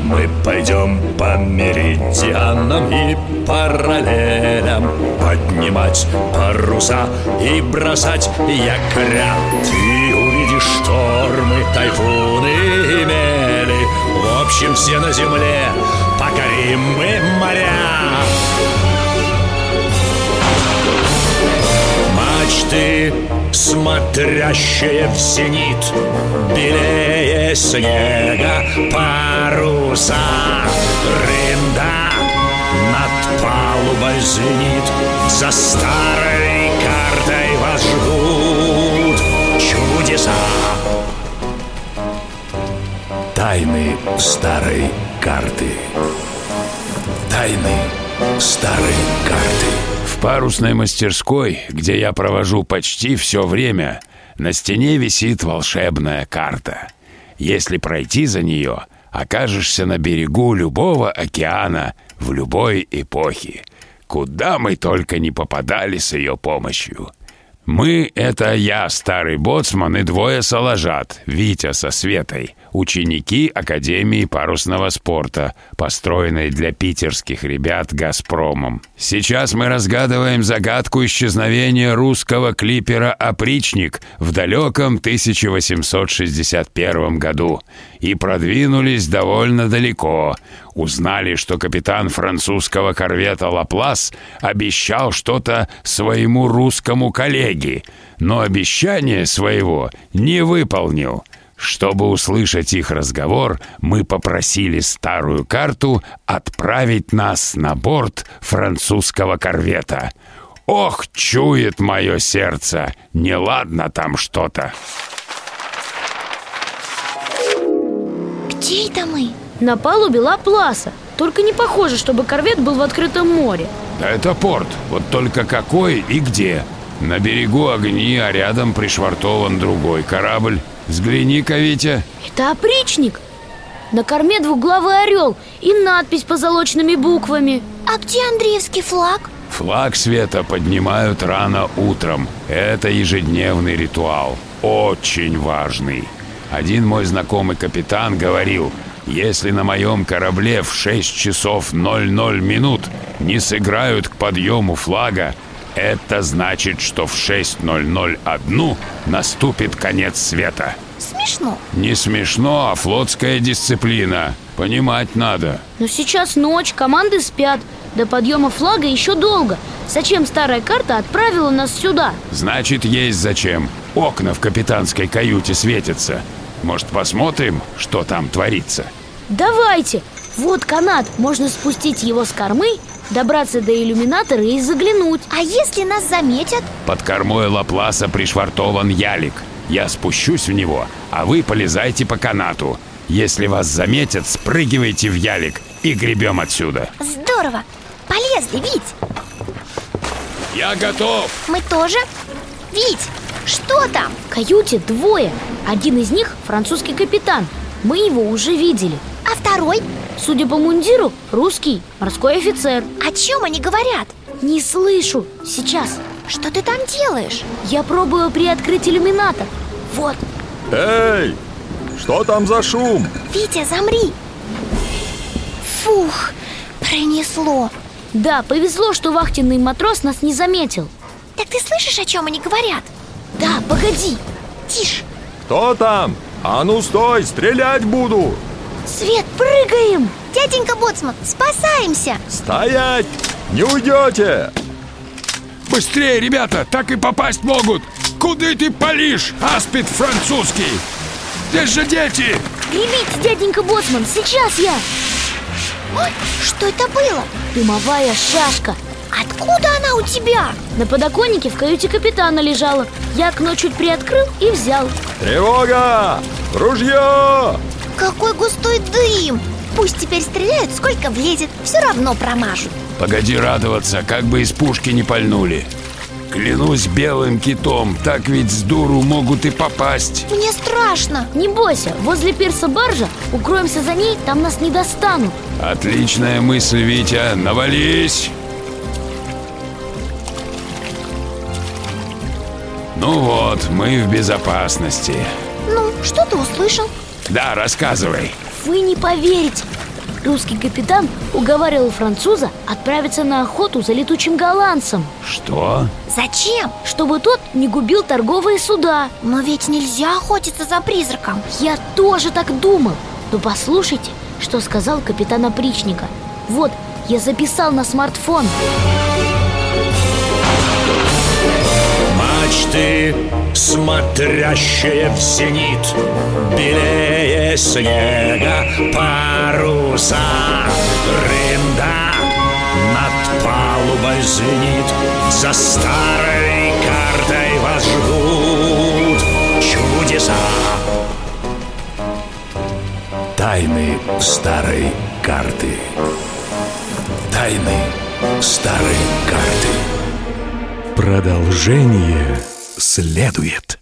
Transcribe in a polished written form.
Мы пойдем по меридианам и параллелям, поднимать паруса и бросать якоря. Ты увидишь штормы, тайфуны и мели. В общем, все на земле покорим мы моря. Мачты, смотрящие в зенит, белее снега паруса. Рында над палубой звенит, за старой картой вас ждут чудеса. Тайны старой карты. Тайны старой карты. В парусной мастерской, где я провожу почти все время, на стене висит волшебная карта. Если пройти за нее, окажешься на берегу любого океана в любой эпохе. Куда мы только не попадали с ее помощью. Мы — это я, старый боцман, и двое салажат, Витя со Светой, ученики Академии парусного спорта, построенной для питерских ребят «Газпромом». Сейчас мы разгадываем загадку исчезновения русского клипера «Опричник» в далеком 1861 году и продвинулись довольно далеко. Узнали, что капитан французского корвета «Лаплас» обещал что-то своему русскому коллеге, но обещание своего не выполнил. Чтобы услышать их разговор, мы попросили старую карту отправить нас на борт французского корвета. Ох, чует мое сердце, неладно там что-то. Где это мы? На палубе Лапласа. Только не похоже, чтобы корвет был в открытом море. Это порт, вот только какой и где. На берегу огни, а рядом пришвартован другой корабль. Взгляни-ка, Витя. Это опричник. На корме двуглавый орел и надпись позолоченными буквами. А где Андреевский флаг? Флаг света поднимают рано утром. Это ежедневный ритуал. Очень важный. Один мой знакомый капитан говорил: если на моем корабле в 6 часов 00 минут не сыграют к подъему флага, это значит, что в 6:01 наступит конец света. Смешно. Не смешно, а флотская дисциплина. Понимать надо. Но сейчас ночь, команды спят. До подъема флага еще долго. Зачем старая карта отправила нас сюда? Значит, есть зачем. Окна в капитанской каюте светятся. Может, посмотрим, что там творится? Давайте! Вот канат, можно спустить его с кормы, добраться до иллюминатора и заглянуть. А если нас заметят? Под кормой Лапласа пришвартован ялик. Я спущусь в него, а вы полезайте по канату. Если вас заметят, спрыгивайте в ялик и гребем отсюда. Здорово! Полезли, Вить! Я готов! Мы тоже? Вить, что там? В каюте двое. Один из них французский капитан. Мы его уже видели. А второй? Судя по мундиру, русский морской офицер. О чем они говорят? Не слышу. Сейчас. Что ты там делаешь? Я пробую приоткрыть иллюминатор. Вот. Эй, что там за шум? Витя, замри. Фух, пронесло. Да, повезло, что вахтенный матрос нас не заметил. Так ты слышишь, о чем они говорят? Да, погоди. Тише. Кто там? А ну стой, стрелять буду! Свет, прыгаем! Дяденька Боцман, спасаемся! Стоять! Не уйдете! Быстрее, ребята, так и попасть могут! Куда ты палишь, аспид французский? Здесь же дети! Гребите, дяденька Боцман, сейчас я! Ой, что это было? Дымовая шашка. Откуда она у тебя? На подоконнике в каюте капитана лежала. Я окно чуть приоткрыл и взял. Тревога! Ружье! Какой густой дым! Пусть теперь стреляют, сколько влезет, все равно промажут. Погоди радоваться, как бы из пушки не пальнули. Клянусь белым китом, так ведь с дуру могут и попасть. Мне страшно. Не бойся, возле пирса баржа. Укроемся за ней, там нас не достанут. Отличная мысль, Витя, навались. Ну вот, мы в безопасности. Ну, что ты услышал? Да, рассказывай. Вы не поверите. Русский капитан уговаривал француза отправиться на охоту за летучим голландцем. Что? Зачем? Чтобы тот не губил торговые суда. Но ведь нельзя охотиться за призраком. Я тоже так думал. Но послушайте, что сказал капитан опричника. Вот, я записал на смартфон. Мачты, смотрящие в зенит, белее снега паруса. Рында над палубой звенит, за старой картой вас ждут чудеса. Тайны старой карты. Тайны старой карты. Продолжение следует.